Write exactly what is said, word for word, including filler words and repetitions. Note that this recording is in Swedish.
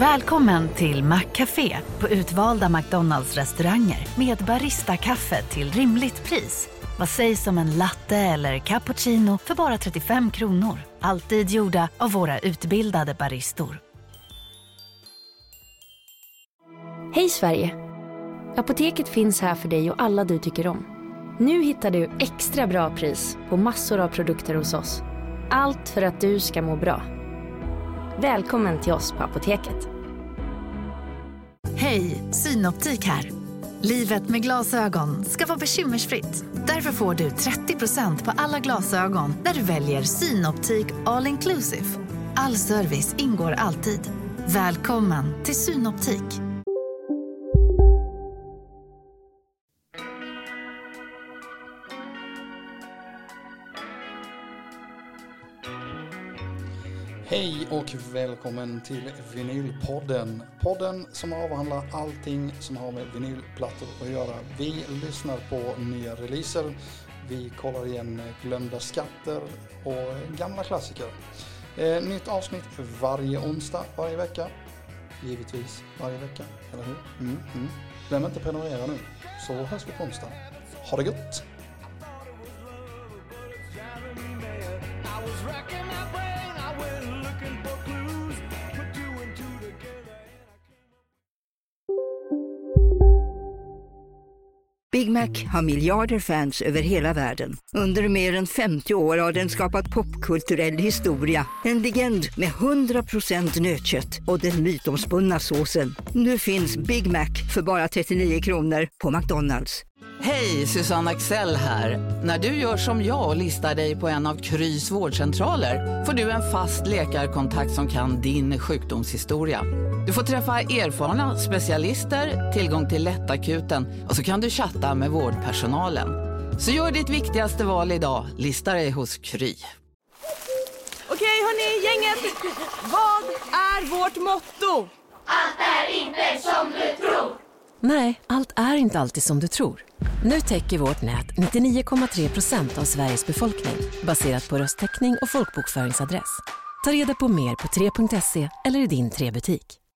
Välkommen till McCafé på utvalda McDonalds-restauranger med barista-kaffe till rimligt pris. Vad sägs om en latte eller cappuccino för bara trettiofem kronor? Alltid gjorda av våra utbildade baristor. Hej Sverige! Apoteket finns här för dig och alla du tycker om. Nu hittar du extra bra pris på massor av produkter hos oss. Allt för att du ska må bra. Välkommen till oss på Apoteket. Hej, Synoptik här. Livet med glasögon ska vara bekymmersfritt. Därför får du trettio procent på alla glasögon när du väljer Synoptik All Inclusive. All service ingår alltid. Välkommen till Synoptik. Hej och välkommen till Vinylpodden. Podden som avhandlar allting som har med vinylplattor att göra. Vi lyssnar på nya releaser, vi kollar igen glömda skatter och gamla klassiker. Eh, nytt avsnitt varje onsdag, varje vecka. Givetvis varje vecka, eller hur? Mm, mm. Glöm inte prenumerera nu, så hörs vi på onsdag. Ha det gott! Big Mac har miljarder fans över hela världen. Under mer än femtio år har den skapat popkulturell historia. En legend med hundra procent nötkött och den mytomspunna såsen. Nu finns Big Mac för bara trettionio kronor på McDonalds. Hej, Susanne Axel här. När du gör som jag och listar dig på en av Krys vårdcentraler får du en fast läkarkontakt som kan din sjukdomshistoria. Du får träffa erfarna specialister, tillgång till lättakuten och så kan du chatta med vårdpersonalen. Så gör ditt viktigaste val idag, lista dig hos Kry. Okej hörni, gänget, vad är vårt motto? Allt är inte som du tror. Nej, allt är inte alltid som du tror. Nu täcker vårt nät nittionio komma tre procent av Sveriges befolkning baserat på röstteckning och folkbokföringsadress. Ta reda på mer på tre punkt se eller i din tre butik.